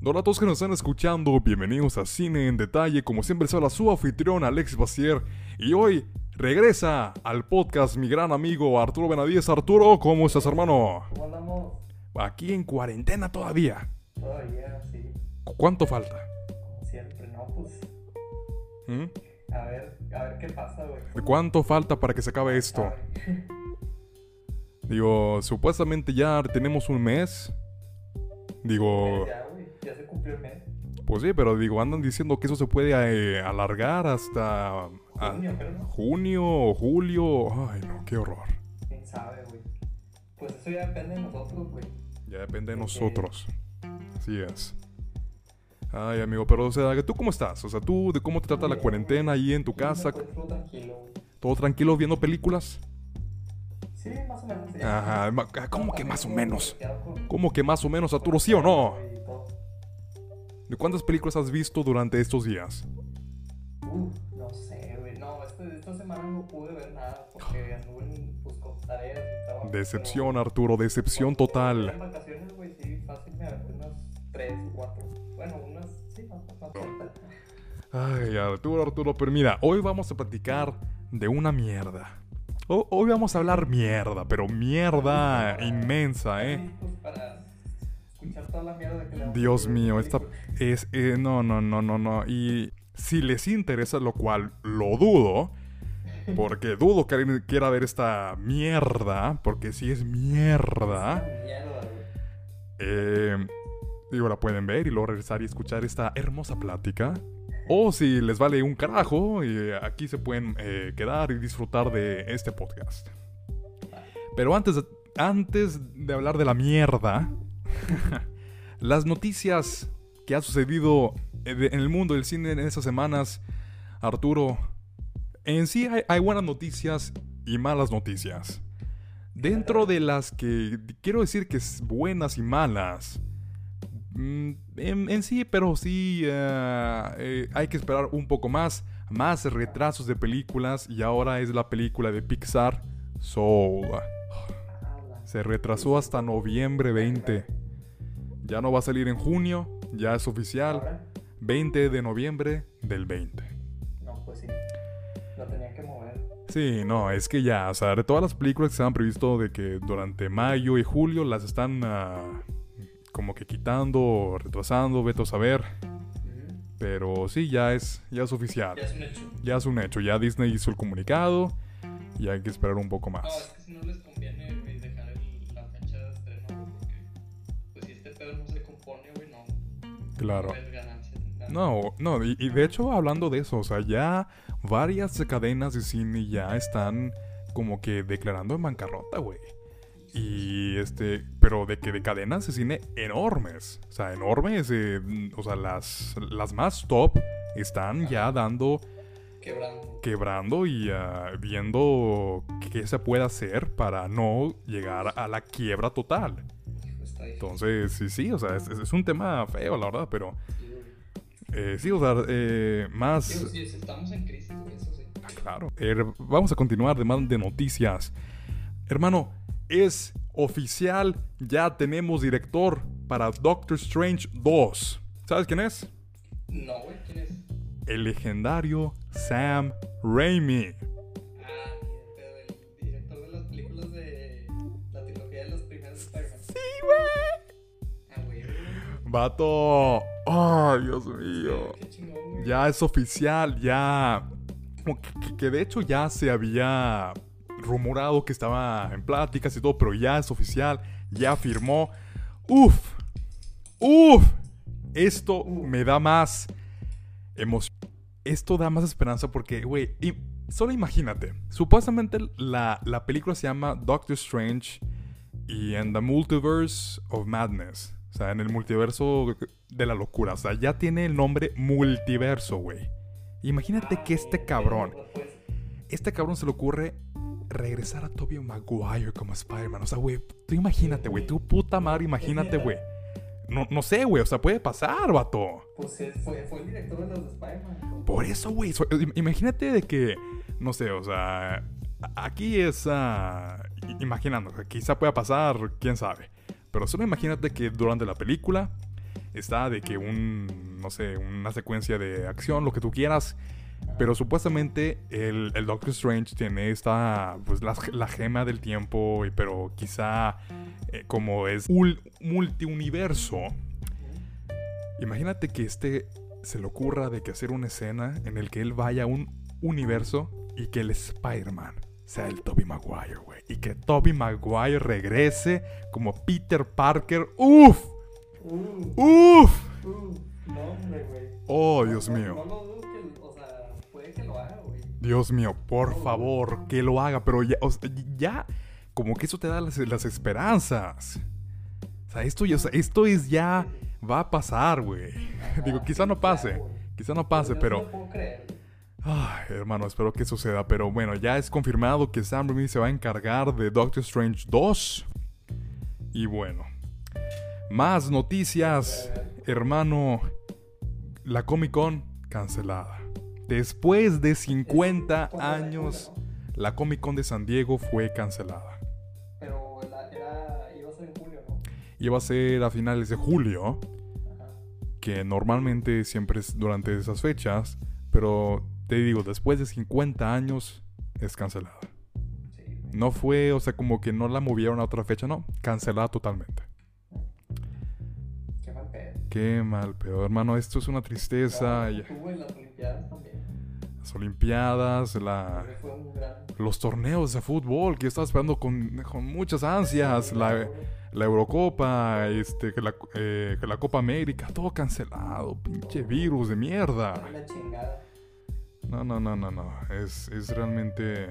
Hola a todos que nos están escuchando, bienvenidos a Cine en Detalle, como siempre soy su anfitrión Alexis Bacier, y hoy regresa al podcast mi gran amigo Arturo Benavides. Arturo, ¿cómo estás, hermano? ¿Cómo andamos? Aquí en cuarentena todavía. Todavía, sí. ¿Cuánto falta? Como siempre, ¿no? Pues, ¿Mm? a ver qué pasa, güey. ¿Cuánto falta para que se acabe esto? Sabe. Digo, supuestamente ya tenemos un mes. Digo, Ya, güey, ya se cumplió el mes. pues sí, pero digo, andan diciendo que eso se puede alargar hasta Junio, creo, ¿no? junio o julio. Ay, no, qué horror. ¿Quién sabe, güey? Pues eso ya depende de nosotros, güey. Ya depende de Ok. nosotros. Así es. Ay, amigo, pero o sea, ¿tú cómo estás? O sea, ¿tú de cómo te trata la cuarentena ahí en tu Sí, casa? me encuentro tranquilo, güey. ¿Todo tranquilo viendo películas? Sí, más o menos. Ajá, ¿cómo que más o menos? Con- ¿Cómo que más o menos, Arturo, sí o no? güey, y todo. ¿De cuántas películas has visto durante estos días? No sé, güey. No, esta semana no pude ver nada porque anduve pues, con tareas y trabajo. Decepción, Arturo, decepción En total. vacaciones, güey, sí, fácil me aventé unas 3 o 4. Bueno, unas, sí, más cortas. Ay, Arturo, pero mira, hoy vamos a platicar de una mierda. Hoy vamos a hablar mierda, pero mierda inmensa, ¿eh? Listos para escuchar toda la mierda que le vamos a Dios decir a mío, esta esta película. es... no. Y si les interesa, lo cual lo dudo, porque dudo que alguien quiera ver esta mierda, porque si es mierda, Mierda, güey. digo, la pueden ver y luego regresar y escuchar esta hermosa plática. O si les vale un carajo, aquí se pueden quedar y disfrutar de este podcast. Pero antes de hablar de la mierda, las noticias que ha sucedido en el mundo del cine en estas semanas, Arturo, en sí hay buenas noticias y malas noticias. Dentro de las que quiero decir que es buenas y malas, en sí, pero sí hay que esperar un poco más retrasos de películas, y ahora es la película de Pixar, Soul. Se retrasó hasta noviembre 20. Ya no va a salir en junio, ya es oficial. Ahora, 20 de noviembre del 20. no, pues sí. Lo tenía que mover. Sí, no, es que ya, o sea, de todas las películas que se han previsto de que durante mayo y julio las están como que quitando, retrasando, vete a saber. Pero sí, ya es oficial. Ya es un hecho. Ya es un hecho, ya Disney hizo el comunicado y hay que esperar un poco No, es más. que si no les conviene, güey, dejar la fecha de estreno, güey, porque pues si este pedo no se compone, güey, no Claro. ves ganancias. Nada. No, y de hecho hablando de eso, o sea, ya varias cadenas de cine ya están como que declarando en bancarrota, güey. Y pero de cadenas de cine enormes. O sea, enormes. O sea, las más top están ya quebrando y viendo qué se puede hacer para no llegar a la quiebra total. Está difícil. Entonces, sí, o sea, es un tema feo, la verdad, pero Sí, güey. sí, o sea, más... Digo, sí, estamos en crisis, güey, eso sí. Claro. Vamos a continuar de más de noticias. Hermano, es oficial, ya tenemos director para Doctor Strange 2. ¿Sabes quién es? No, güey, ¿quién es? El legendario Sam Raimi. Ah, ni de pedo, el director de las películas de la trilogía de los primeros Spider-Man. Sí, güey. Ah, güey. Vato. Ay, Dios mío. Qué chingón, güey. Ya es oficial, ya... Como que de hecho ya se había rumorado que estaba en pláticas y todo, pero ya es oficial, ya firmó. Uf. Esto me da más emoción. Esto da más esperanza porque, güey, solo imagínate. Supuestamente la película se llama Doctor Strange y en the Multiverse of Madness. O sea, en el multiverso de la locura. O sea, ya tiene el nombre multiverso, güey. Imagínate que este cabrón se le ocurre regresar a Tobey Maguire como Spider-Man. O sea, güey, tú imagínate, güey. Tu puta madre, imagínate, güey. No sé, güey. O sea, puede pasar, vato. Pues fue el director de los de Spider-Man. Por eso, güey. Imagínate de que, no sé, o sea, aquí es imaginando. Quizá pueda pasar, quién sabe. Pero solo imagínate que durante la película está de que no sé, una secuencia de acción, lo que tú quieras. Pero supuestamente el Doctor Strange tiene esta, pues la gema del tiempo, pero quizá como es multiuniverso. Imagínate que se le ocurra de que hacer una escena en el que él vaya a un universo y que el Spider-Man sea el Tobey Maguire, güey. Y que Tobey Maguire regrese como Peter Parker. ¡Uf! ¡Uf! No, hombre, güey. Oh, Dios mío. No lo dudo o sea, puede que lo haga, güey. Dios mío, por favor, que lo haga. Pero ya, o sea, ya como que eso te da las esperanzas. O sea, esto es ya... Va a pasar, güey. Digo, quizá no pase. Quizá no pase, pero... No lo puedo creer. Ay, hermano, espero que suceda. Pero bueno, ya es confirmado que Sam Raimi se va a encargar de Doctor Strange 2. Y bueno, más noticias, hermano. La Comic Con cancelada. Después de 50 años, la Comic Con de San Diego fue cancelada. Pero iba a ser en julio, ¿no? Iba a ser a finales de julio, que normalmente siempre es durante esas fechas, pero te digo, después de 50 años es cancelada. Sí. No fue, o sea, como que no la movieron a otra fecha, no, cancelada totalmente. Qué mal pedo. Qué mal pedo, hermano, esto es una tristeza. No, tuvo en las Olimpiadas también. Las Olimpiadas, Fue un gran... los torneos de fútbol que yo estaba esperando con muchas ansias, la Eurocopa, que la Copa América, todo cancelado, pinche virus de mierda. Una chingada. No, es realmente...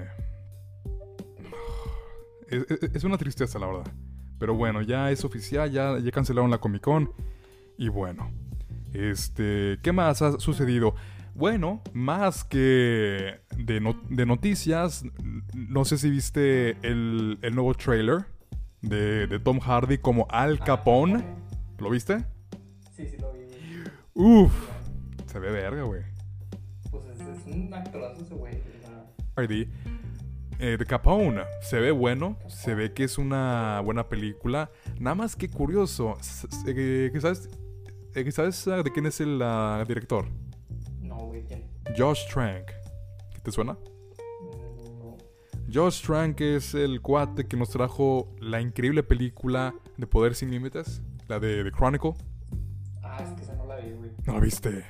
Es una tristeza, la verdad. Pero bueno, ya es oficial, ya cancelaron la Comic Con. Y bueno, ¿qué más ha sucedido? Bueno, más que de noticias, no sé si viste el nuevo trailer de Tom Hardy como Al Capone. ¿Lo viste? Sí, lo vi. Uf, se ve verga, güey. Pues es un actorazo ese güey. Hardy. De Capone, se ve bueno, se ve que es una buena película. Nada más que curioso, ¿sabes de quién es el director? No, güey, ¿quién? Josh Trank. ¿Qué te suena? No. Josh Trank es el cuate que nos trajo la increíble película de Poder Sin Límites, la de The Chronicle. Ah, es que esa no la vi, güey. ¿No la viste?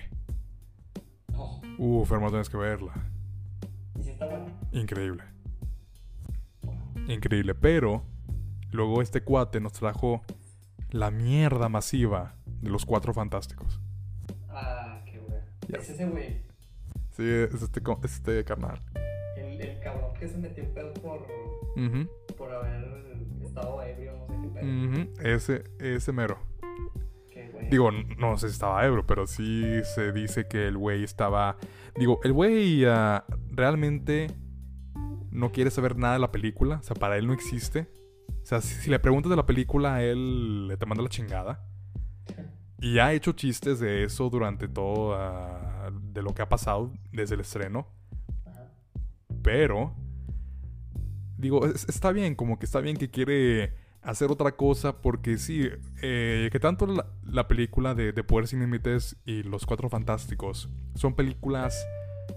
No. Hermano, tienes que verla. ¿Y si está buena? Increíble. Increíble, pero luego este cuate nos trajo la mierda masiva de los Cuatro Fantásticos. Ah, qué güey. Ya. Es ese güey. Sí, es este carnal. El cabrón que se metió en pedo por haber estado ebrio, no sé qué pedo. Ese mero. Qué güey. Digo, no sé si estaba ebrio, pero sí se dice que el güey estaba... Digo, el güey realmente no quiere saber nada de la película. O sea, para él no existe. O sea, si le preguntas de la película, él te manda la chingada. Y ha hecho chistes de eso durante todo de lo que ha pasado desde el estreno. Ajá. Pero digo, está bien, como que está bien que quiere hacer otra cosa. Porque sí, que tanto la película de Poder Sin Límites y Los Cuatro Fantásticos son películas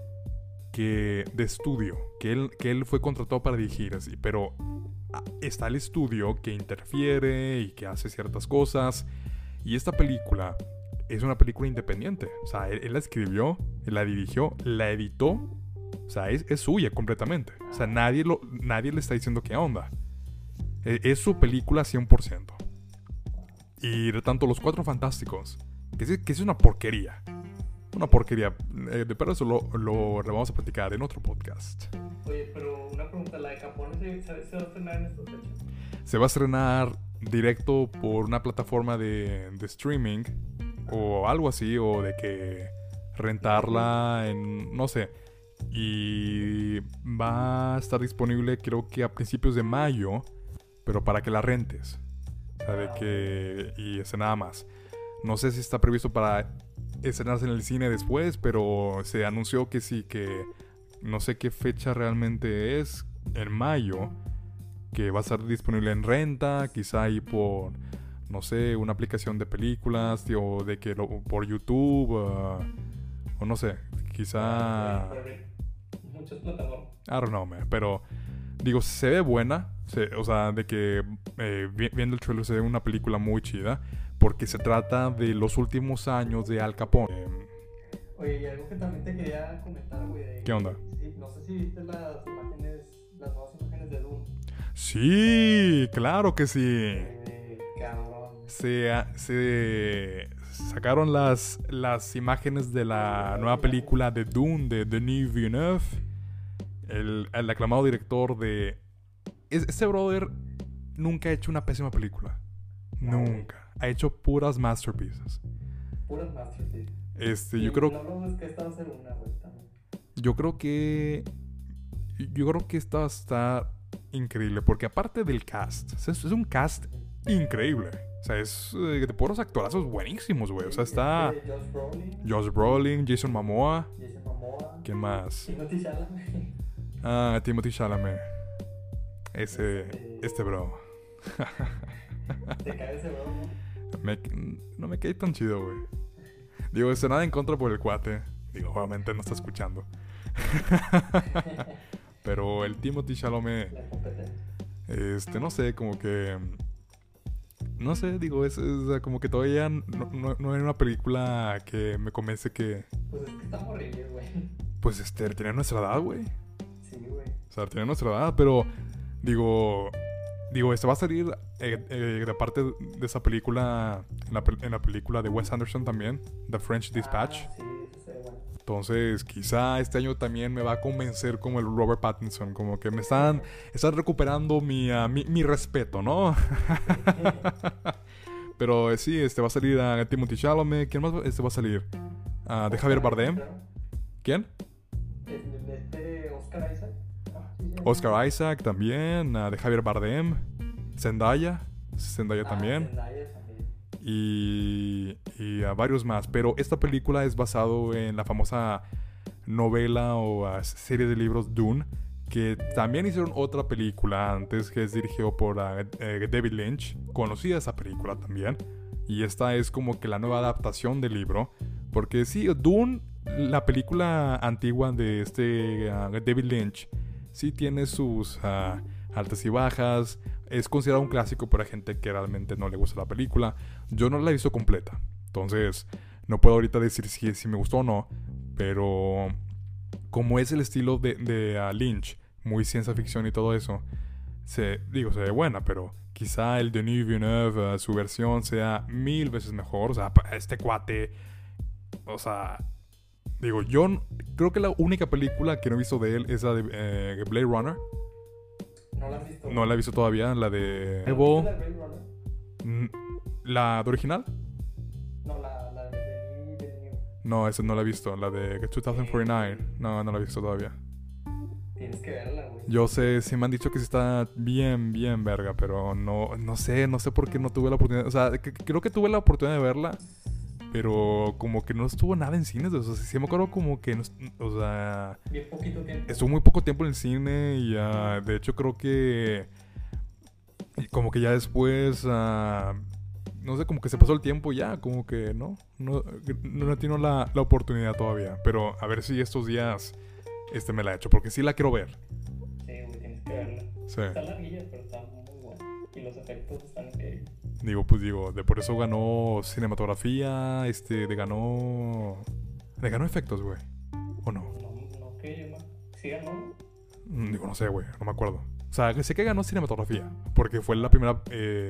de estudio, que él fue contratado para dirigir así. Pero está el estudio que interfiere y que hace ciertas cosas. Y esta película es una película independiente. O sea, él la escribió, él la dirigió, la editó. O sea, es suya completamente. O sea, nadie le está diciendo qué onda. Es su película 100%. Y de tanto Los Cuatro Fantásticos, que es una porquería. Una porquería. Pero eso lo vamos a platicar en otro podcast. Oye, pero una pregunta, ¿la de Capone se va a estrenar en estas fechas? Se va a estrenar directo por una plataforma de streaming o algo así, o de que rentarla en, no sé, y va a estar disponible creo que a principios de mayo, pero para que la rentes, o sea, de que, y ese nada más. No sé si está previsto para estrenarse en el cine después, pero se anunció que sí, que no sé qué fecha realmente es, en mayo, que va a estar disponible en renta, quizá ahí por no sé, una aplicación de películas, o de que por YouTube, o no sé, quizá... Muchas plataformas. I don't know, man, pero digo, se ve buena, o sea, de que viendo el trailer se ve una película muy chida, porque se trata de los últimos años de Al Capone. Oye, y algo que también te quería comentar, güey. ¿Qué onda? Sí, no sé si viste las nuevas imágenes de Dune. Sí, claro que sí. Cabrón. Se sacaron las imágenes de la nueva película de Dune de Denis Villeneuve, el aclamado director de... Este brother nunca ha hecho una pésima película. Nunca. Ha hecho puras masterpieces. Puras masterpieces. Yo creo... No lo ves que esta va a ser una, güey, también. Yo creo que esta va a estar increíble, porque aparte del cast, es un cast increíble. O sea, es de puros actorazos buenísimos, güey. O sea, está Josh Brolin, Jason Momoa. ¿Quién más? Timothée Chalamet. Ah, Timothée Chalamet. Este bro. ¿Te cae ese bro, no? No me cae tan chido, güey. Digo, nada en contra por el cuate. Digo, obviamente no está escuchando. Pero el Timothée Chalamet, no sé, como que... No sé, digo, es como que todavía no hay una película que me convence que... Pues es que está horrible, güey. Pues tiene nuestra edad, güey. Sí, güey. O sea, tiene nuestra edad, pero... Digo, va a salir de parte de esa película, en la película de Wes Anderson también, The French Dispatch. Sí, eso sería bueno. Entonces, quizá este año también me va a convencer como el Robert Pattinson, como que me están recuperando mi respeto, ¿no? Pero sí, va a salir a Timothée Chalamet. ¿Quién más va a salir? De Javier Bardem. ¿Quién? Oscar Isaac. Oscar Isaac también, de Javier Bardem. Zendaya también. Zendaya también. Y a varios más. Pero esta película es basado en la famosa novela o serie de libros Dune, que también hicieron otra película antes, que es dirigido por David Lynch. Conocía esa película también. Y esta es como que la nueva adaptación del libro. Porque sí, Dune, la película antigua de David Lynch, sí tiene sus altas y bajas. Es considerado un clásico para gente que realmente no le gusta la película. Yo no la he visto completa, entonces no puedo ahorita decir si me gustó o no. Pero como es el estilo de Lynch, muy ciencia ficción y todo eso, se ve buena, pero quizá el Denis Villeneuve, su versión sea 1000 veces mejor. O sea, este cuate, o sea... Digo, yo creo que la única película que no he visto de él es la de Blade Runner. ¿No la has visto? No la he visto todavía, la de... ¿La de Blade Runner? ¿La de original? No, la de New. No, esa no la he visto, la de 2049. No la he visto todavía. Tienes que verla, güey. Yo sé, sí me han dicho que sí está bien verga, pero no sé por qué no tuve la oportunidad. O sea, creo que tuve la oportunidad de verla, pero como que no estuvo nada en cines. O sea, sí me acuerdo como que, o sea... Bien poquito tiempo. Estuvo muy poco tiempo en el cine y de hecho creo que... Como que ya después... no sé, como que se pasó el tiempo ya, como que no he tenido la oportunidad todavía. Pero a ver si estos días me la echo, porque sí la quiero ver. Sí, güey, tienes que verla. Sí. Está larguilla, pero está muy buena. Y los efectos están increíbles. Digo, por eso ganó cinematografía, ganó efectos, güey. ¿O no? No, que yo sí ganó. Digo, no sé, güey, no me acuerdo. O sea, sé que ganó cinematografía, porque fue la primera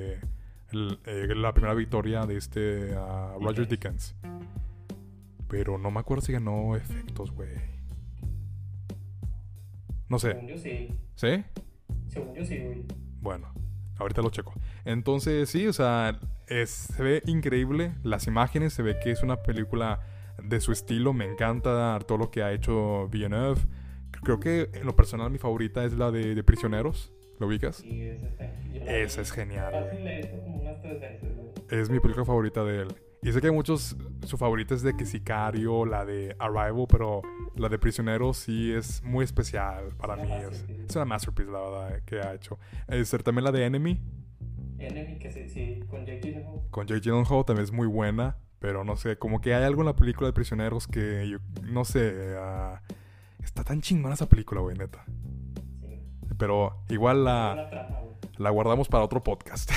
victoria de Roger Dickens. Pero no me acuerdo si ganó efectos, güey. No sé. Según yo sí. ¿Sí? Según yo sí, güey. Bueno, ahorita lo checo. Entonces, sí, o sea, se ve increíble. Las imágenes, se ve que es una película de su estilo. Me encanta todo lo que ha hecho Villeneuve. Creo que en lo personal mi favorita es la de Prisioneros. ¿Lo ubicas? Sí, esa es genial. Fácil la he visto como unas 3 veces, güey. Es mi película favorita de él. Y sé que hay muchos, su favorita es de que Sicario, la de Arrival, pero la de Prisioneros sí es muy especial para mí. Es una masterpiece, la verdad, que ha hecho. También la de Enemy. Enemy, que sí, con Jake Gyllenhaal. Con Jake Gyllenhaal también es muy buena. Pero no sé, como que hay algo en la película de Prisioneros que yo, no sé, está tan chingona esa película, güey, neta. Sí. Pero igual Buena trama, güey. la guardamos para otro podcast.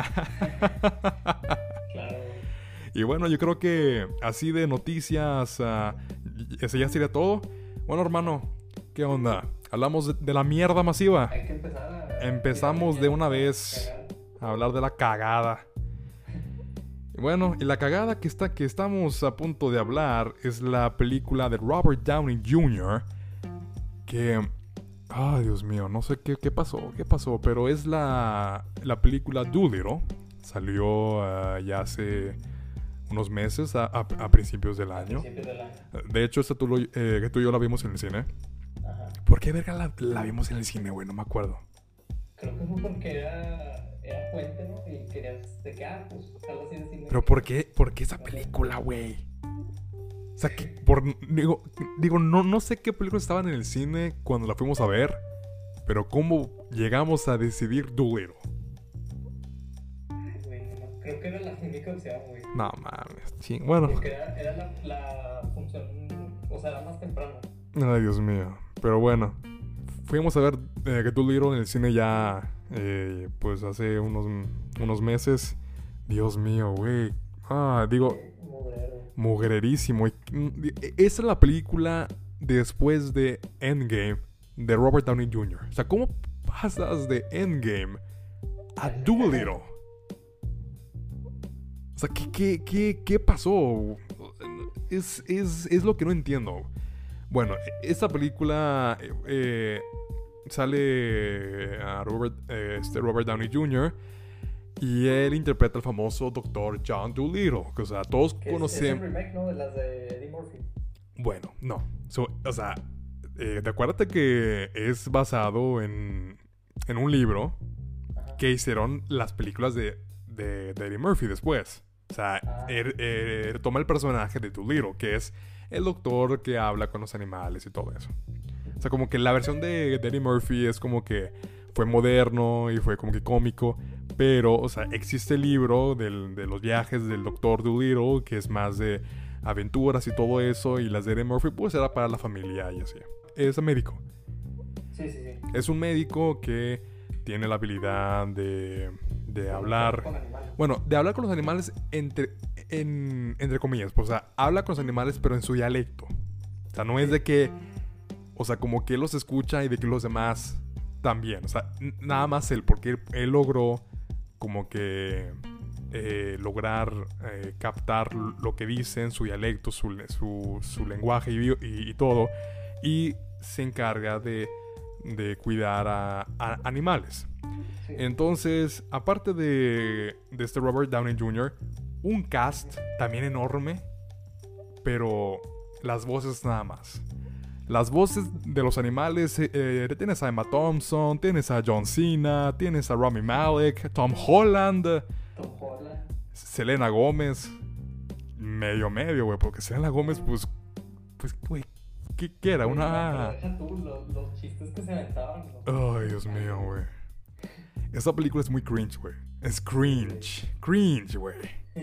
Claro, güey. Y bueno, yo creo que así de noticias, ese ya sería todo. Bueno, hermano, ¿qué onda? Hablamos de la mierda masiva. Hay que empezar a... Empezamos de una vez a hablar de la cagada. Y bueno, y la cagada que estamos a punto de hablar es la película de Robert Downey Jr. Que... Ay, Dios mío, no sé qué pasó, pero es la película Dolittle. Salió ya hace unos meses, a principios del año. De hecho, que tú y yo la vimos en el cine. Ajá. ¿Por qué verga la vimos en el cine, güey? No me acuerdo. Creo que fue porque era puente, ¿no? Y querías de que, pues, algo así de cine. Pero ¿por qué esa película, güey? O sea, digo, no sé qué películas estaban en el cine cuando la fuimos a ver, pero ¿cómo llegamos a decidir Dolittle? Ay, güey, no, creo que era la única opción, güey. No mames, bueno. Porque era la función, o sea, era más temprano. Ay, Dios mío. Pero bueno, fuimos a ver que Dolittle en el cine ya, pues hace unos meses. Dios mío, güey. Digo... Mugrerísimo. Esa es la película después de Endgame de Robert Downey Jr. O sea, ¿cómo pasas de Endgame a Dolittle? O sea, ¿qué pasó? Es lo que no entiendo. Bueno, esta película sale a Robert Downey Jr. Y él interpreta al famoso Dr. John Dolittle. Que, o sea, todos conocemos... Es un remake, ¿no? De las de Eddie Murphy. Bueno, no. O sea, acuérdate que es basado en un libro. Ajá. Que hicieron las películas de Eddie Murphy después. O sea, toma el personaje de Dolittle, que es el doctor que habla con los animales y todo eso. O sea, como que la versión de Eddie Murphy es como que fue moderno y fue como que cómico. Pero, o sea, existe el libro de los viajes del Dr. Dolittle, que es más de aventuras y todo eso. Y las de Eddie Murphy, pues era para la familia y así. Es médico. Sí. Es un médico que tiene la habilidad de hablar... Bueno, de hablar con los animales entre comillas. Pues, o sea, habla con los animales pero en su dialecto. O sea, no es de que... O sea, como que él los escucha y de que los demás también. O sea, nada más él, porque él logró... como que lograr captar lo que dicen, su dialecto, su lenguaje y todo, y se encarga de cuidar a animales. Sí. Entonces, aparte de este Robert Downey Jr., un cast también enorme, pero las voces nada más. Las voces de los animales, tienes a Emma Thompson, tienes a John Cena, tienes a Rami Malek, Tom Holland, Selena Gómez, medio, güey, porque Selena Gómez, pues, güey, ¿qué era? Una... Los chistes que se aventaban. Ay, Dios mío, güey. Esta película es muy cringe, güey. Es cringe, güey.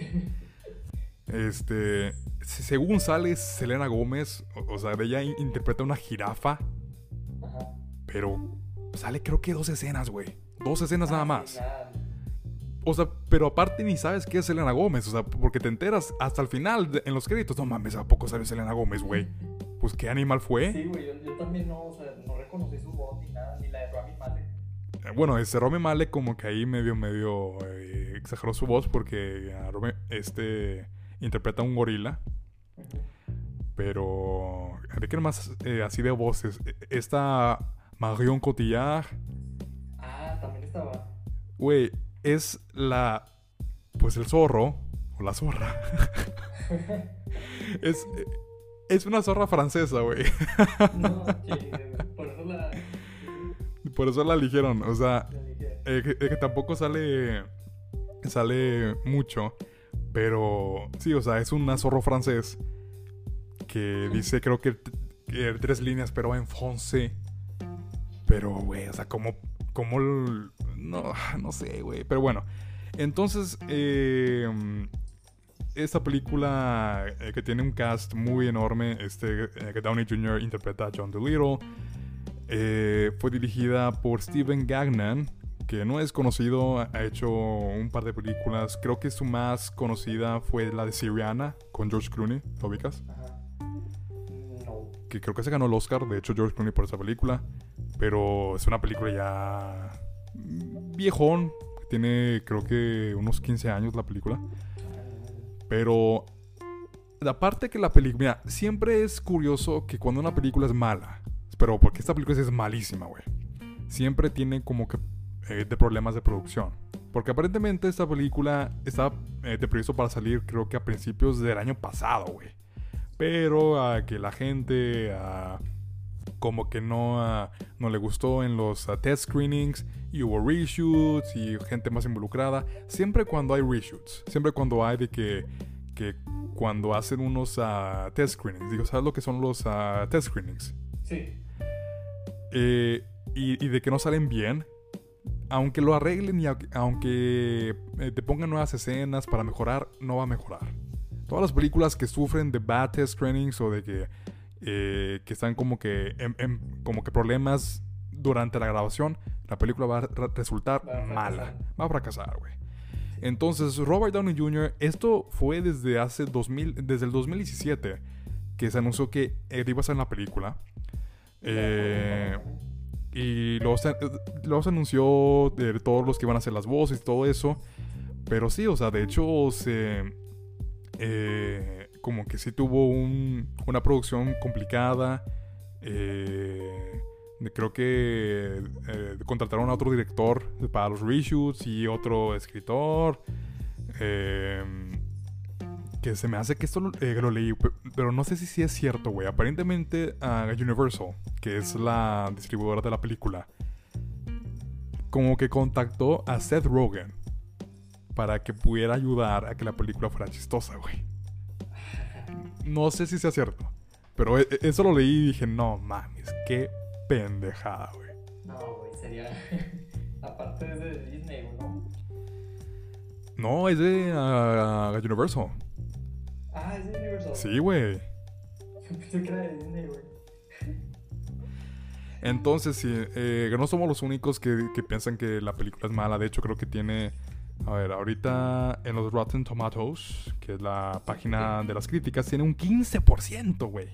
Según sale Selena Gómez, o sea, ella interpreta una jirafa. Ajá. Pero sale creo que 2 escenas, güey. 2 escenas nada más. O sea, pero aparte ni sabes qué es Selena Gómez. O sea, porque te enteras hasta el final en los créditos. No mames, ¿a poco sale Selena Gómez, güey? Pues, ¿qué animal fue? Sí, güey, yo también no, o sea, no reconocí su voz ni nada, ni la de Rami Malek. Bueno, Rami Malek como que ahí medio exageró su voz porque interpreta a un gorila. Pero ¿de qué más así de voces? Esta Marion Cotillard. También estaba. Güey, es pues el zorro o la zorra. es una zorra francesa, güey. No, por eso la eligieron. O sea, que tampoco sale mucho. Pero sí, o sea, es un zorro francés que dice, creo que 3 líneas, pero en francés. Pero, güey, o sea, no sé, güey. Pero bueno, Entonces, esta película que tiene un cast muy enorme, que Downey Jr. interpreta a John Dolittle, fue dirigida por Steven Gagnon, que no es conocido, ha hecho un par de películas. Creo que su más conocida fue la de Syriana con George Clooney, ¿lo ubicas? Ajá. No. Que creo que se ganó el Oscar, de hecho, George Clooney por esa película. Pero es una película ya viejón, tiene creo que unos 15 años la película. Pero aparte que la película, mira, siempre es curioso que cuando una película es mala, pero porque esta película es malísima, güey, siempre tiene como que de problemas de producción. Porque aparentemente esta película estaba de previsto para salir creo que a principios del año pasado, güey. Pero que la gente como que no le gustó en los test screenings y hubo reshoots y gente más involucrada. Siempre cuando hay reshoots, siempre cuando hay de que cuando hacen unos test screenings, digo, ¿sabes lo que son los test screenings? Sí. Y de que no salen bien, aunque lo arreglen y aunque te pongan nuevas escenas para mejorar, no va a mejorar. Todas las películas que sufren de bad test screenings o de que están como que como que problemas durante la grabación, la película va a resultar mala. Va a fracasar, güey. Entonces, Robert Downey Jr., esto fue desde el 2017 que se anunció que iba a ser en la película. Y luego se anunció de todos los que iban a hacer las voces y todo eso. Pero sí, o sea, de hecho como que sí tuvo una producción complicada. Creo que contrataron a otro director para los reshoots y otro escritor. Que se me hace que esto lo leí, pero no sé si es cierto, güey. Aparentemente Universal, que es la distribuidora de la película, como que contactó a Seth Rogen para que pudiera ayudar a que la película fuera chistosa, güey. No sé si sea cierto, pero eso lo leí y dije, no mames, qué pendejada, güey. No, güey, sería... Aparte es de Disney, ¿no? No, es de Universal. Ah, es de Universal. Sí, güey. Yo pensé que era de Disney, güey. Entonces, sí, no somos los únicos que piensan que la película es mala. De hecho, creo que tiene... A ver, ahorita en los Rotten Tomatoes, que es la página de las críticas, tiene un 15%, güey.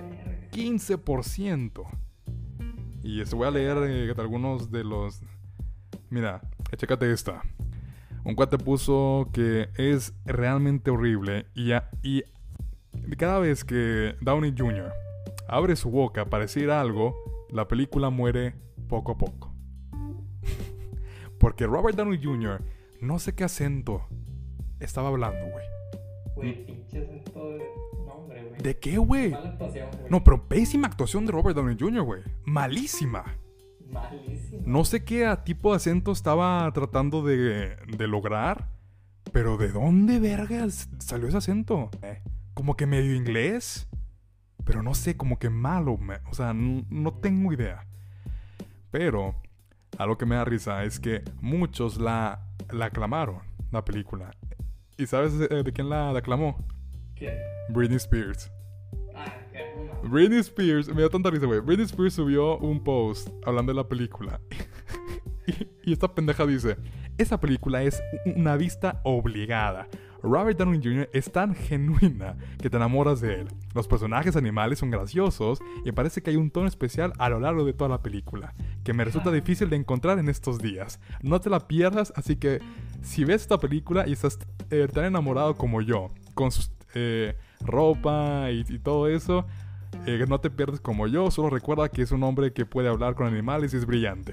15%. Y voy a leer algunos de los... Mira, chécate esta. Un cuate puso que es realmente horrible y cada vez que Downey Jr. abre su boca para decir algo, la película muere poco a poco. Porque Robert Downey Jr. no sé qué acento estaba hablando, güey. Güey, pinche acento de... No, hombre, güey. ¿De qué, güey? Mala actuación, güey. No, pero pésima actuación de Robert Downey Jr., güey. Malísima. Malísimo. No sé qué tipo de acento estaba tratando de lograr, pero ¿de dónde vergas salió ese acento? Como que medio inglés, pero no sé, como que malo, o sea, no tengo idea. Pero algo que me da risa es que muchos la aclamaron, la película. ¿Y sabes de quién la aclamó? ¿Quién? Britney Spears. No. Britney Spears, me da tanta risa, güey. Britney Spears subió un post hablando de la película. y esta pendeja dice: esa película es una vista obligada. Robert Downey Jr. es tan genuina que te enamoras de él. Los personajes animales son graciosos y parece que hay un tono especial a lo largo de toda la película, que me resulta difícil de encontrar en estos días. No te la pierdas, así que si ves esta película y estás tan enamorado como yo, con su ropa y todo eso, no te pierdes como yo. Solo recuerda que es un hombre que puede hablar con animales y es brillante.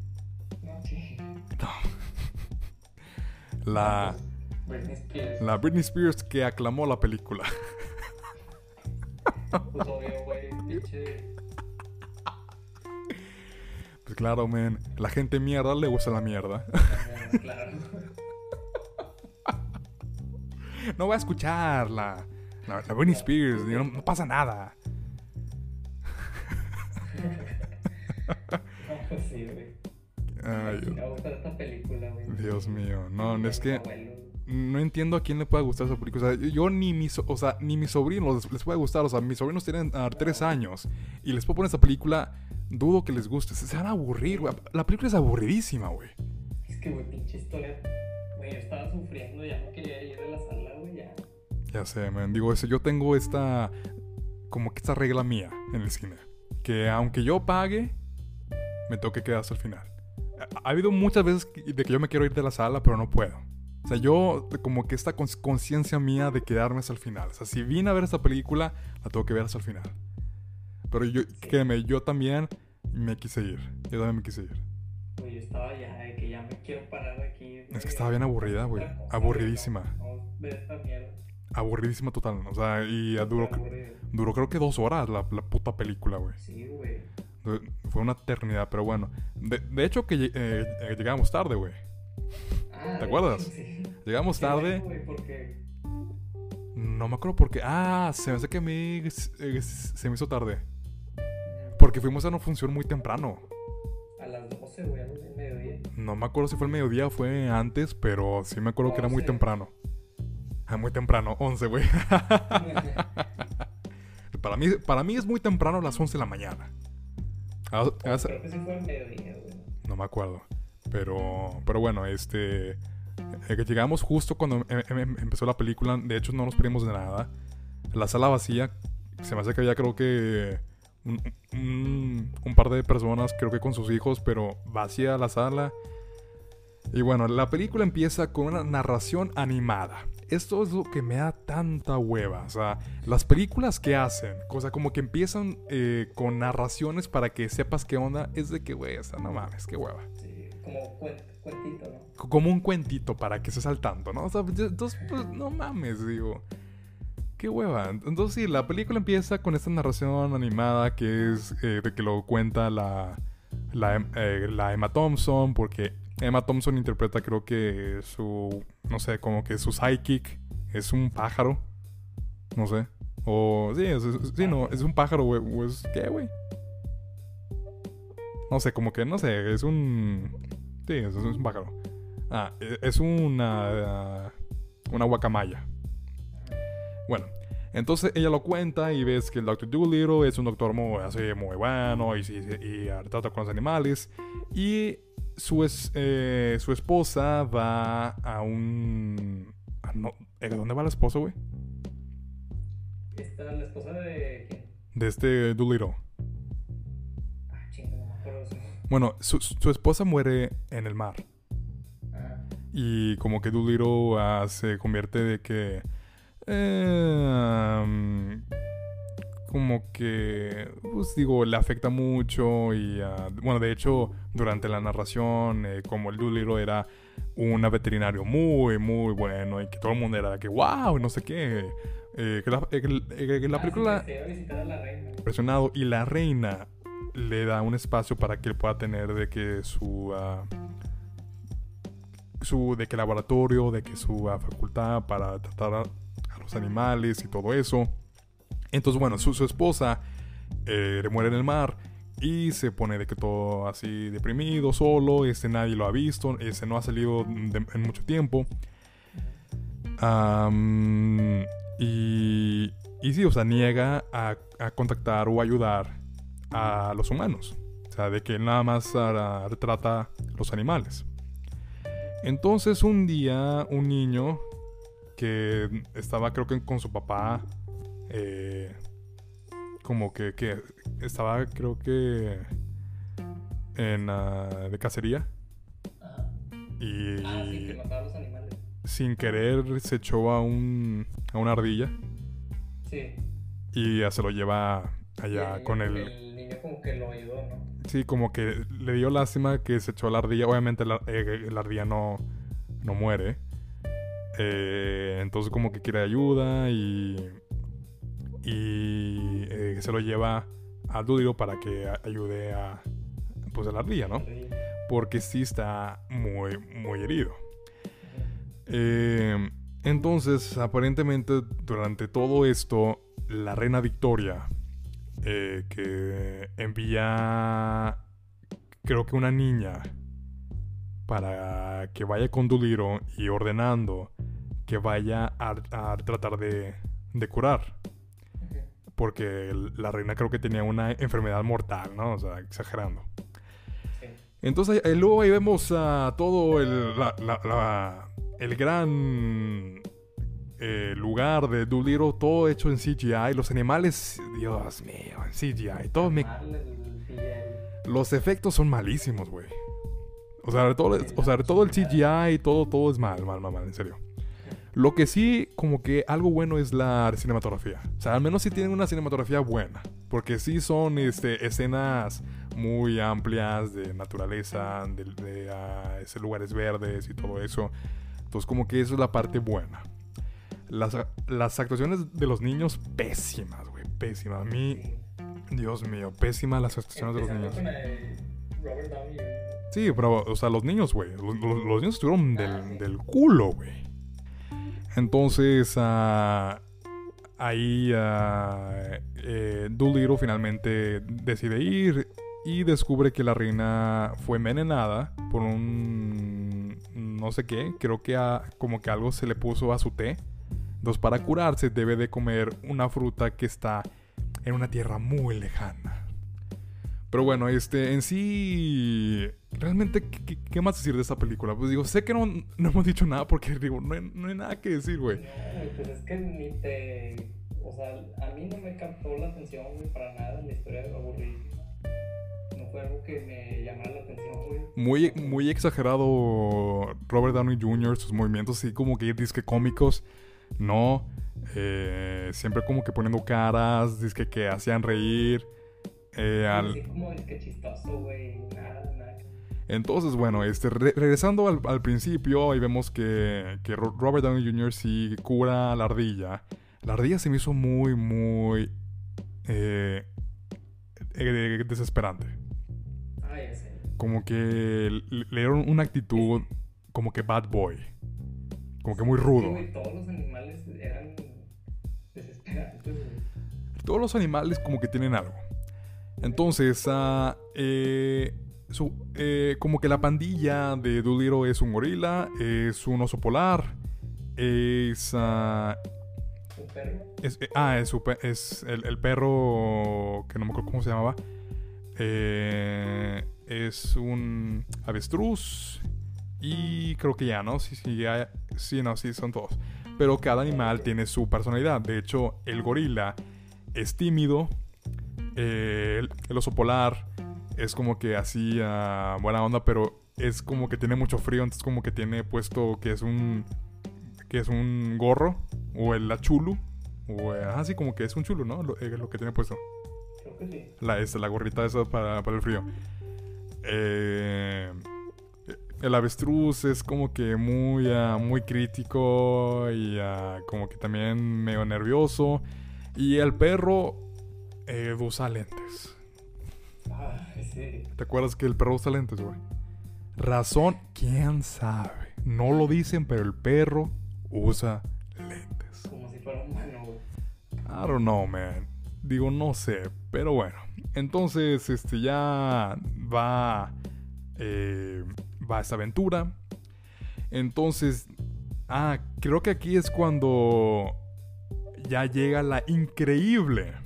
No. La Britney Spears que aclamó la película. Pues obvio, güey, pinche. Pues claro, man. La gente mierda le gusta la mierda. Claro. No voy a escuchar la Britney Spears. No pasa nada. Sí, güey. Ay, Me va a gustar esta película, güey. Dios mío. No, De es mi que abuelo. no entiendo a quién le pueda gustar esa película. O sea, yo ni mis sobrinos les puede gustar. O sea, mis sobrinos tienen 3 años y les puedo poner esa película. Dudo que les guste. Se van a aburrir, güey. La película es aburridísima, güey. Es que, güey, pinche historia. Güey, yo estaba sufriendo, ya no quería ir de la sala, güey, ya. Ya sé, man. Digo, yo tengo esta... Como que esta regla mía en el cine. Que aunque yo pague, me tengo que quedar hasta el final. Ha habido muchas veces de que yo me quiero ir de la sala, pero no puedo. O sea, yo como que esta conciencia mía de quedarme hasta el final. O sea, si vine a ver esta película, la tengo que ver hasta el final. Pero yo, créeme, yo también me quise ir. Yo también me quise ir. Güey, yo estaba ya de que ya me quiero parar de aquí. Es que estaba bien aburrida, güey. Aburridísima. No, de esta mierda. Aburridísima total. O sea, y duró creo que 2 horas la puta película, güey. Sí, güey. Fue una eternidad, pero bueno. De hecho que llegamos tarde, güey. Ah, ¿Te acuerdas? Sí. Llegamos tarde. Güey, porque... No me acuerdo por qué. Ah, se me hace que a mí se me hizo tarde. Porque fuimos a una función muy temprano. A las 12, güey, a las mediodía. No me acuerdo si fue el mediodía o fue antes, pero sí me acuerdo que era muy 11. temprano. Ah, muy temprano, 11, güey. Para mí es muy temprano a las 11 de la mañana. Creo que sí fue el mediodía, güey. No me acuerdo. Pero bueno, que llegamos justo cuando empezó la película. De hecho, no nos perdimos de nada. La sala vacía. Se me hace que había, creo que un par de personas, creo que con sus hijos, pero vacía la sala. Y bueno, la película empieza con una narración animada. Esto es lo que me da tanta hueva. O sea, las películas que hacen, cosa como que empiezan con narraciones para que sepas qué onda, es de que, güey, o sea, no mames, qué hueva. Sí, como cuentito, ¿no? Como un cuentito para que estés al tanto, ¿no? O sea, entonces, pues, no mames, digo. Qué hueva. Entonces, sí, la película empieza con esta narración animada que es de que lo cuenta la Emma Thompson, porque Emma Thompson interpreta, creo que no sé, como que su sidekick es un pájaro. No sé. O, sí, no, es un pájaro, güey. O es, ¿qué, güey? No sé, como que, no sé, es un... Sí, es un pájaro. Ah, es una guacamaya. Bueno, entonces ella lo cuenta y ves que el Dr. Dolittle es un doctor muy bueno y trata con los animales. Y su esposa va a un... ¿Dónde va la esposa, güey? ¿La esposa de quién? De este Dolittle. Ah, chingo, no me acuerdo eso. Bueno, su esposa muere en el mar. Ah. Y como que Dolittle se convierte de que... como que, pues digo, le afecta mucho y, bueno, de hecho, durante la narración, como el Dolittle era un veterinario muy, muy bueno y que todo el mundo era de que, wow, no sé qué, que la película... Sí, que iba a visitar a la reina. Impresionado, y la reina le da un espacio para que él pueda tener de que de que laboratorio, de que su facultad para tratar a los animales y todo eso. Entonces, bueno, su esposa le muere en el mar y se pone de que todo así deprimido, solo. Nadie lo ha visto, no ha salido en mucho tiempo. Y sí, o sea, niega a contactar o ayudar a los humanos. O sea, de que nada más retrata los animales. Entonces, un día, un niño que estaba, creo que con su papá, como que estaba, creo que de cacería. Ajá. Y Sí, que mataba a los animales. sin querer se echó a una ardilla. Sí. Y ya se lo lleva allá con el... El niño como que lo ayudó, ¿no? Sí, como que le dio lástima que se echó a la ardilla. Obviamente la ardilla no muere. Entonces como que quiere ayuda y se lo lleva a Dolittle para que ayude a la ardilla, ¿no? Porque sí está muy, muy herido. Entonces, aparentemente, durante todo esto, la reina Victoria, que envía, creo que una niña para que vaya con Dolittle y ordenando que vaya a tratar de curar. Porque la reina creo que tenía una enfermedad mortal, ¿no? O sea, exagerando. Sí. Entonces, luego ahí vemos a todo el gran lugar de Dolittle, todo hecho en CGI. Los animales, Dios mío, en CGI. Todo Los efectos son malísimos, güey. O sea, todo el CGI, todo es mal, en serio. Lo que sí, como que algo bueno es la cinematografía. O sea, al menos sí tienen una cinematografía buena. Porque sí son escenas muy amplias de naturaleza, de lugares verdes y todo eso. Entonces, como que eso es la parte buena. Las actuaciones de los niños, pésimas, güey. Pésimas. A mí, Dios mío, pésimas las actuaciones de los niños. Robert Downey Jr. Sí, pero, o sea, los niños, güey. Los niños estuvieron del culo, güey. Entonces, ahí Dolittle finalmente decide ir y descubre que la reina fue envenenada por un no sé qué. Creo que como que algo se le puso a su té. Entonces, para curarse debe de comer una fruta que está en una tierra muy lejana. Pero bueno, en sí, realmente, ¿qué más decir de esta película? Pues digo, sé que no hemos dicho nada porque digo, no hay nada que decir, güey. No, pues es que ni te... O sea, a mí no me captó la atención, güey, para nada. La historia es aburridísima. No fue algo que me llamara la atención, güey. Muy exagerado Robert Downey Jr., sus movimientos así como que disque cómicos. No, siempre como que poniendo caras, disque que hacían reír. Así como es que chistoso, güey. Nada. Entonces, bueno, regresando al principio, ahí vemos que Robert Downey Jr. sí cura a la ardilla. La ardilla se me hizo muy desesperante. Ya sé. Como que le dieron una actitud como que bad boy. Como que muy rudo. Sí, güey, todos los animales eran desesperantes, güey. Todos los animales como que tienen algo. Entonces, como que la pandilla de Dolittle es un gorila, es un oso polar, es... ¿Un perro? Es el perro que no me acuerdo cómo se llamaba. Es un avestruz y creo que ya, ¿no? Sí, son todos. Pero cada animal tiene su personalidad. De hecho, el gorila es tímido. El oso polar es como que así buena onda, pero es como que tiene mucho frío, entonces como que tiene puesto que es un gorro o el achulu o así como que es un chulo, ¿no? Lo que tiene puesto. Creo que sí. La gorrita esa para el frío. El avestruz es como que muy crítico y como que también medio nervioso. Y el perro usa lentes. Sí. ¿Te acuerdas que el perro usa lentes, güey? Razón, quién sabe. No lo dicen, pero el perro usa lentes. Como si fuera humano, güey. I don't know, man. Digo, no sé. Pero bueno. Entonces, ya va esta aventura. Entonces, creo que aquí es cuando ya llega las increíbles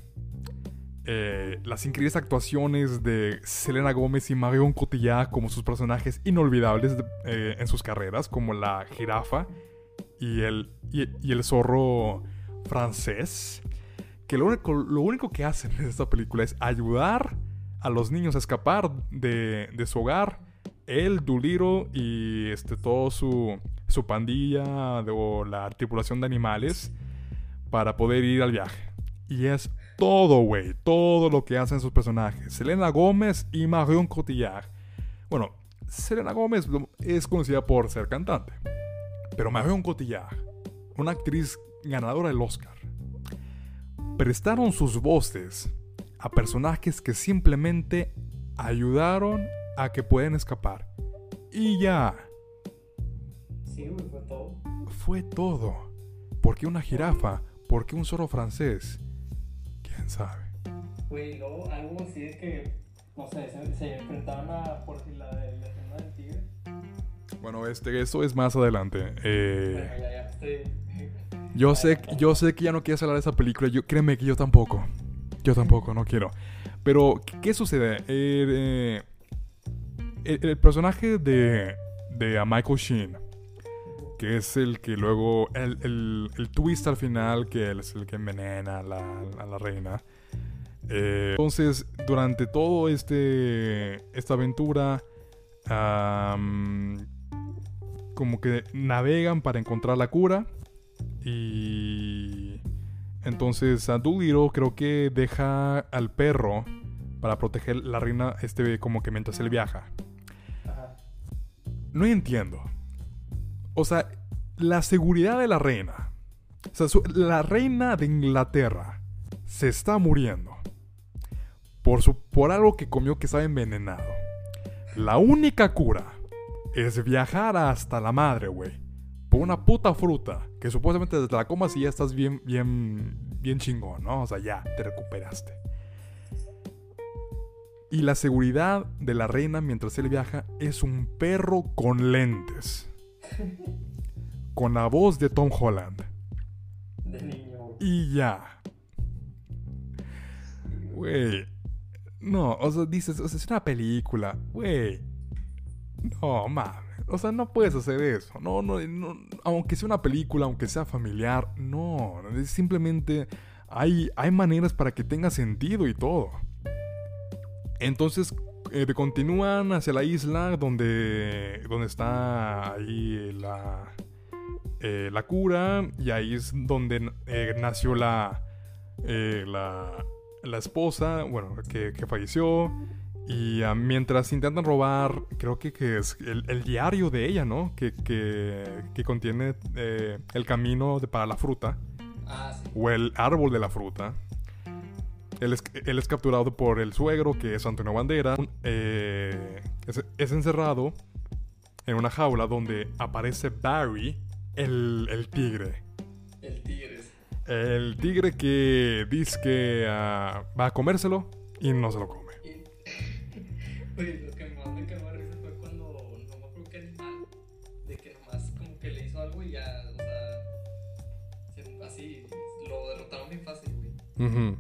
actuaciones de Selena Gómez y Marion Cotillard como sus personajes inolvidables en sus carreras, como la jirafa y el zorro francés, que lo único que hacen en esta película es ayudar a los niños a escapar de su hogar, el Dolittle y todo su pandilla o la tripulación de animales para poder ir al viaje. Y es todo, güey. Todo lo que hacen sus personajes. Selena Gómez y Marion Cotillard. Bueno, Selena Gómez es conocida por ser cantante. Pero Marion Cotillard, una actriz ganadora del Oscar, prestaron sus voces a personajes que simplemente ayudaron a que puedan escapar. Y ya. Sí, güey, fue todo. Fue todo. ¿Por qué una jirafa? ¿Por qué un zorro francés? ¿Quién sabe? Güey, luego algo así de que, no sé, se enfrentaban por si la escena del tigre. Bueno, eso es más adelante. Bueno, ya estoy. Yo sé que ya no quieres hablar de esa película. Créeme que yo tampoco. Yo tampoco, no quiero. Pero, ¿qué sucede? El personaje de Michael Sheen, que es el que luego... El twist al final, que él es el que envenena a la reina. Entonces, durante todo esta aventura, como que navegan para encontrar la cura. Y entonces a Doolittle creo que deja al perro para proteger la reina como que mientras él viaja. Ajá. No entiendo. O sea, la seguridad de la reina. O sea, la reina de Inglaterra se está muriendo por algo que comió que estaba envenenado. La única cura es viajar hasta la madre, güey, por una puta fruta que supuestamente te la comas y ya estás bien chingón, ¿no? O sea, ya te recuperaste. Y la seguridad de la reina mientras él viaja es un perro con lentes. Con la voz de Tom Holland. De niño. Y ya. Güey. No, o sea, dices, o sea, es una película. Güey. No, mames. O sea, no puedes hacer eso. No, aunque sea una película, aunque sea familiar. No, es simplemente... Hay maneras para que tenga sentido y todo. Entonces, continúan hacia la isla donde está ahí la cura. Y ahí es donde nació la esposa, bueno, que falleció. Y mientras intentan robar, creo que es el diario de ella, ¿no? Que contiene el camino para la fruta. Ah, sí. O el árbol de la fruta. Él es capturado por el suegro, que es Antonio Banderas. Es encerrado en una jaula donde aparece Barry, el tigre. El tigre. El tigre que dice que va a comérselo y no se lo come. Oye, lo que más me cagó de risa fue cuando no me acuerdo qué animal, de que nomás como que le hizo algo y ya, o sea, así lo derrotaron bien fácil, güey. Uh-huh.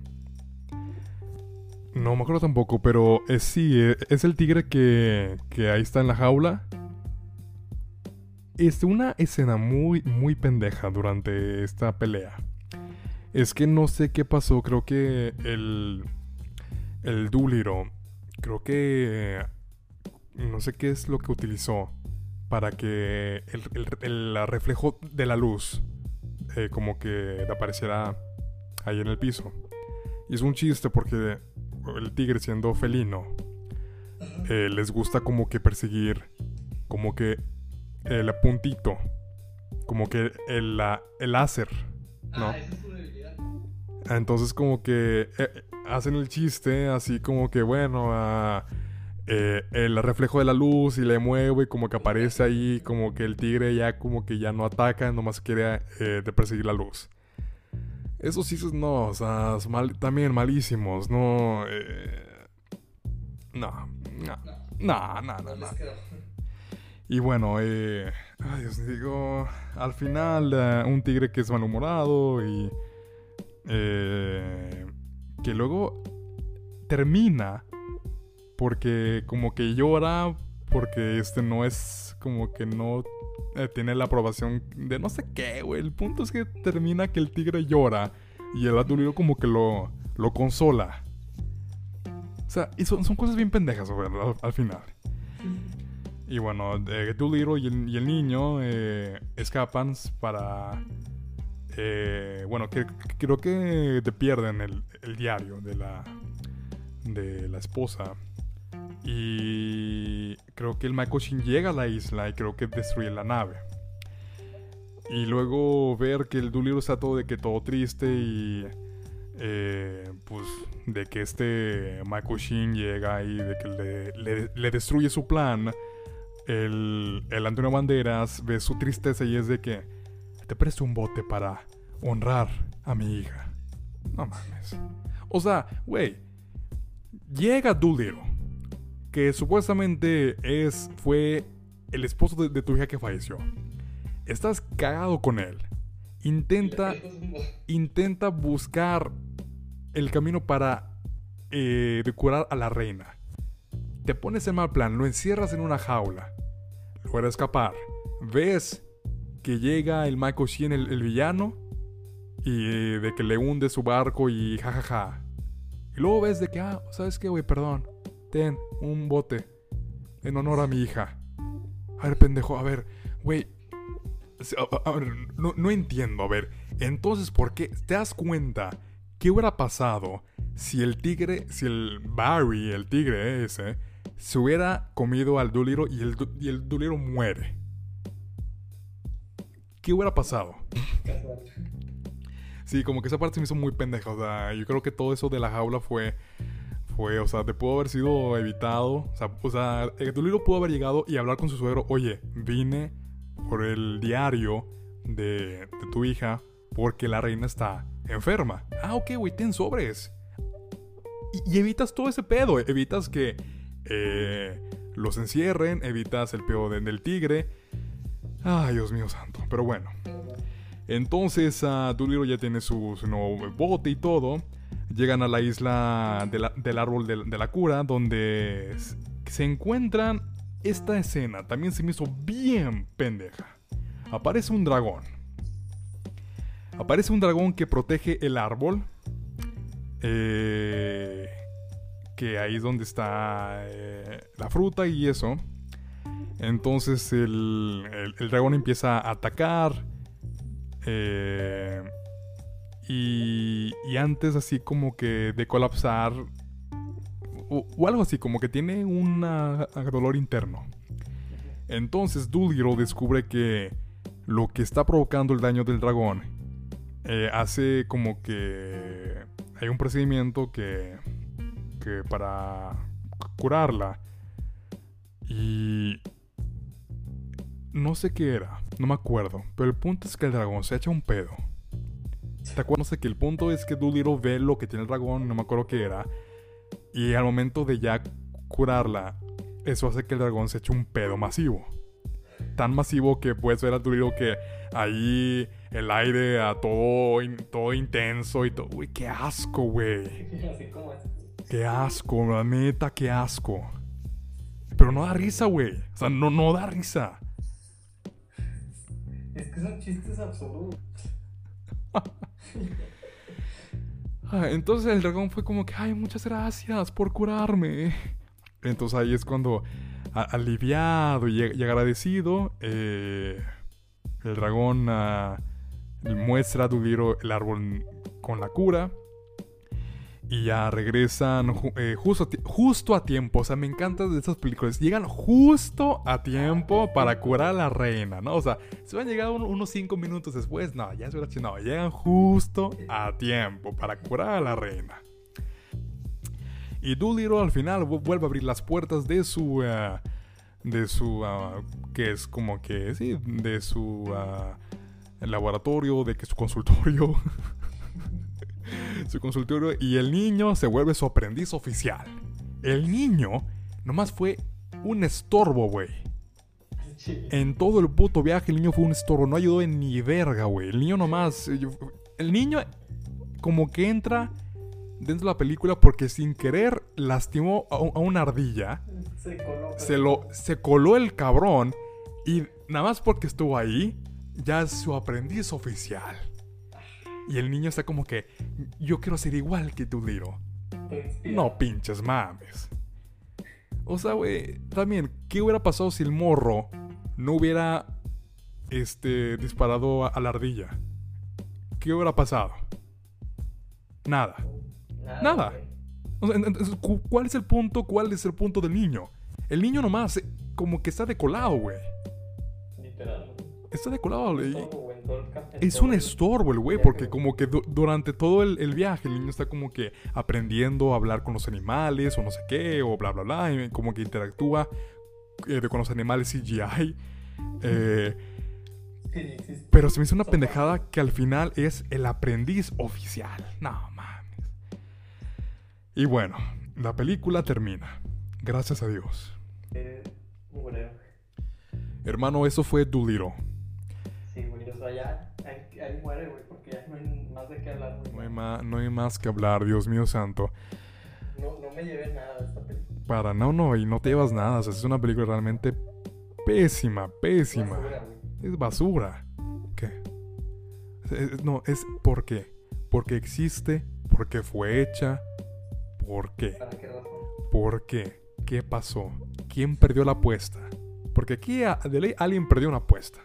No me acuerdo tampoco, pero sí, es el tigre que ahí está en la jaula. Es una escena muy, muy pendeja durante esta pelea. Es que no sé qué pasó, creo que el Doolittle, creo que no sé qué es lo que utilizó para que el reflejo de la luz como que apareciera ahí en el piso. Y es un chiste porque el tigre, siendo felino, les gusta como que perseguir como que el puntito, como que el láser, ¿no? Esa es su debilidad. Entonces como que hacen el chiste así como que bueno, el reflejo de la luz y le mueve y como que aparece ahí, como que el tigre ya como que ya no ataca, nomás quiere de perseguir la luz. Esos chistes no, o sea, también malísimos, no, no. Y bueno, Dios, digo, al final un tigre que es malhumorado y que luego termina porque como que llora porque no es como que no tiene la aprobación de no sé qué, güey. El punto es que termina que el tigre llora y el Doolittle como que lo consola. O sea, y son cosas bien pendejas, güey, al final. Y bueno, Doolittle y el niño escapan para... bueno, creo que te pierden el diario de la esposa. Y creo que el Michael Sheen llega a la isla y creo que destruye la nave. Y luego ver que el Doolittle está todo triste y... pues de que Michael Sheen llega y de que le destruye su plan. El Antonio Banderas ve su tristeza y es de que te presto un bote para honrar a mi hija. No mames. O sea, güey, llega Doolittle, que supuestamente fue el esposo de tu hija que falleció. Estás cagado con él. Intenta buscar el camino para de curar a la reina. Te pones en mal plan, lo encierras en una jaula. Logra escapar. Ves que llega el Michael Sheen, el villano, y de que le hunde su barco y jajaja. Y luego ves de que, ¿sabes qué, güey? Perdón. Ten un bote en honor a mi hija. A ver, pendejo, a ver, güey. A ver, no entiendo, a ver. Entonces, ¿por qué te das cuenta qué hubiera pasado si el Barry, el tigre ese, se hubiera comido al Doolittle y el Doolittle muere? ¿Qué hubiera pasado? Sí, como que esa parte se me hizo muy pendeja. O sea, yo creo que todo eso de la jaula fue, o sea, te pudo haber sido evitado. O sea, el Doolittle pudo haber llegado y hablar con su suegro. Oye, vine por el diario de tu hija porque la reina está enferma. Ok, güey, ten sobres. Y evitas todo ese pedo. Evitas que los encierren. Evitas el pedo del tigre. Ay, Dios mío santo. Pero bueno. Entonces Doolittle ya tiene su nuevo bote y todo. Llegan a la isla del árbol de la cura, donde se encuentran. Esta escena también se me hizo bien pendeja. Aparece un dragón. Aparece un dragón que protege el árbol. Que ahí es donde está la fruta y eso. Entonces el dragón empieza a atacar. Y antes así como que de colapsar o algo así, como que tiene un dolor interno. Entonces Doolittle descubre que lo que está provocando el daño del dragón hace como que hay un procedimiento que para curarla. Y no sé qué era, no me acuerdo. Pero el punto es que el dragón se echa un pedo. ¿Te acuerdas? No sé, que el punto es que Doolittle ve lo que tiene el dragón, no me acuerdo qué era. Y al momento de ya curarla, eso hace que el dragón se eche un pedo masivo. Tan masivo que puedes ver a Doolittle que ahí el aire a todo intenso y todo. Uy, qué asco, güey. Qué asco, la neta, qué asco. Pero no da risa, güey. O sea, no da risa. Es que son chistes absurdos. Entonces el dragón fue como que, ay, muchas gracias por curarme. Entonces ahí es cuando, aliviado y agradecido, el dragón muestra a Doolittle el árbol con la cura. Y ya regresan justo a tiempo. O sea, me encantan de estas películas. Llegan justo a tiempo para curar a la reina, ¿no? O sea, se van a llegar unos 5 minutos después. No, ya se hubiera hecho. No, llegan justo a tiempo para curar a la reina. Y Doolittle al final vuelve a abrir las puertas de su que es como que, sí, de su laboratorio, de que su consultorio. Su consultorio, y el niño se vuelve su aprendiz oficial. El niño nomás fue un estorbo, güey. En todo el puto viaje el niño fue un estorbo. No ayudó en ni verga, güey. El niño nomás... El niño como que entra dentro de la película porque sin querer lastimó a una ardilla. Se coló el cabrón. Y nada más porque estuvo ahí, ya es su aprendiz oficial. Y el niño está como que, yo quiero ser igual que tu Doolittle. No pinches mames. O sea, güey, también, ¿qué hubiera pasado si el morro no hubiera disparado a la ardilla? ¿Qué hubiera pasado? Nada. O sea, entonces, ¿cuál es el punto? ¿Cuál es el punto del niño? El niño nomás como que está decolado, güey. Literal. Está decolado, güey. Es un estorbo el güey, porque como que durante todo el viaje el niño está como que aprendiendo a hablar con los animales o no sé qué, o bla bla bla, y como que interactúa con los animales CGI. Pero se me hizo una pendejada que al final es el aprendiz oficial. No mames. Y bueno, la película termina. Gracias a Dios. Bueno. Hermano, eso fue Doolittle. Sí, güey, o sea, ya ahí muere, güey, porque ya no hay más de qué hablar, güey. No hay más que hablar, Dios mío santo. No me llevé nada de esta película. No, y no te llevas nada. O sea, es una película realmente pésima. Basura, güey. Es basura. ¿Qué? No, es ¿por qué? Porque existe, porque fue hecha. ¿Por qué? ¿Para qué razón? ¿Por qué? ¿Qué pasó? ¿Quién perdió la apuesta? Porque aquí de ley alguien perdió una apuesta.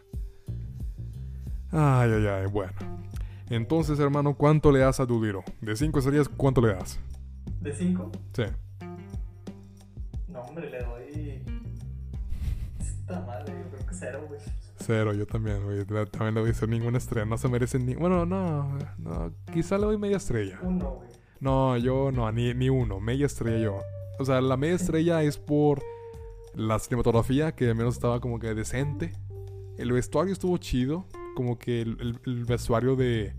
Ay, bueno. Entonces, hermano, ¿cuánto le das a Doolittle? De 5 estrellas, ¿cuánto le das? ¿De 5? Sí. No, hombre, le doy... Esta madre, yo creo que 0, güey. 0, yo también, güey. También le doy 0, ninguna estrella. No se merece ni... Bueno, no. Quizá le doy media estrella. 1, güey. No, yo no, ni 1. Media estrella yo. O sea, la media estrella es por la cinematografía, que al menos estaba como que decente. El vestuario estuvo chido. Como que el vestuario de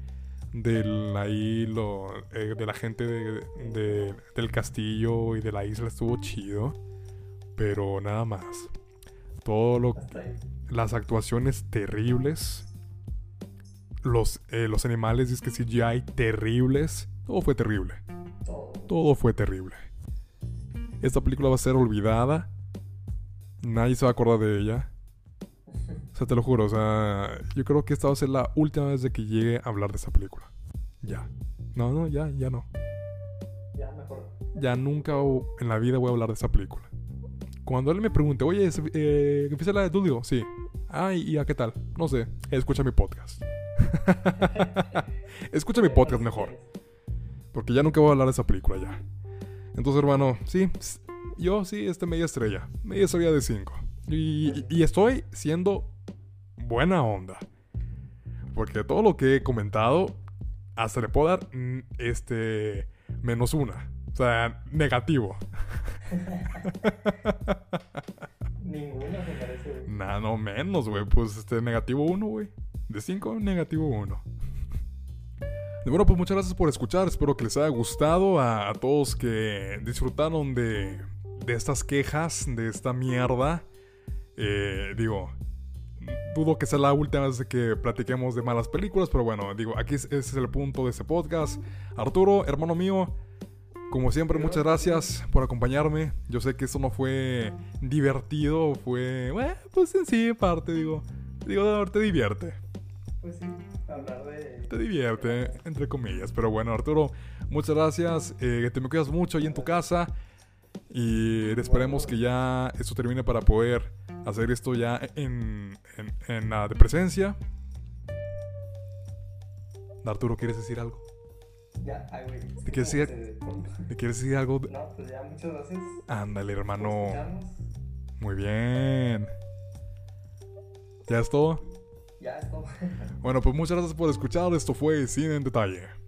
la gente del castillo y de la isla estuvo chido. Pero nada más. Las actuaciones terribles. Los animales, es que CGI terribles. Todo fue terrible. Todo fue terrible. Esta película va a ser olvidada. Nadie se va a acordar de ella. O sea, te lo juro. O sea, yo creo que esta va a ser la última vez de que llegue a hablar de esta película. Ya. No, ya no. Ya, mejor. Ya nunca en la vida voy a hablar de esta película. Cuando él me pregunte, oye, ¿empieza la de Doolittle? Sí. ¿Y a qué tal? No sé. Escucha mi podcast. Escucha mi podcast mejor. Porque ya nunca voy a hablar de esa película ya. Entonces, hermano, sí. Yo sí, media estrella. Media estrella de 5. Y estoy siendo buena onda. Porque todo lo que he comentado, hasta le puedo dar -1. O sea, negativo. Ninguna se merece, güey. Nada, no menos, güey. Pues -1, güey. De 5, -1. Bueno, pues muchas gracias por escuchar. Espero que les haya gustado a todos que disfrutaron de estas quejas, de esta mierda. Dudo que sea la última vez que platiquemos de malas películas, pero bueno, aquí ese es el punto de este podcast. Arturo, hermano mío, como siempre, muchas gracias por acompañarme. Yo sé que esto no fue divertido, fue... Bueno, pues en sí, parte, te divierte. Pues sí, hablar de... Te divierte, entre comillas. Pero bueno, Arturo, muchas gracias. Que te me cuidas mucho ahí en tu casa. Y esperemos que ya esto termine para poder hacer esto ya en la de presencia. Arturo, ¿quieres decir algo? Ya, güey. ¿Te quieres decir algo? No, pues ya, muchas gracias. Ándale, hermano. Muy bien. ¿Ya es todo? Ya es todo. Bueno, pues muchas gracias por escuchar. Esto fue Cine en Detalle.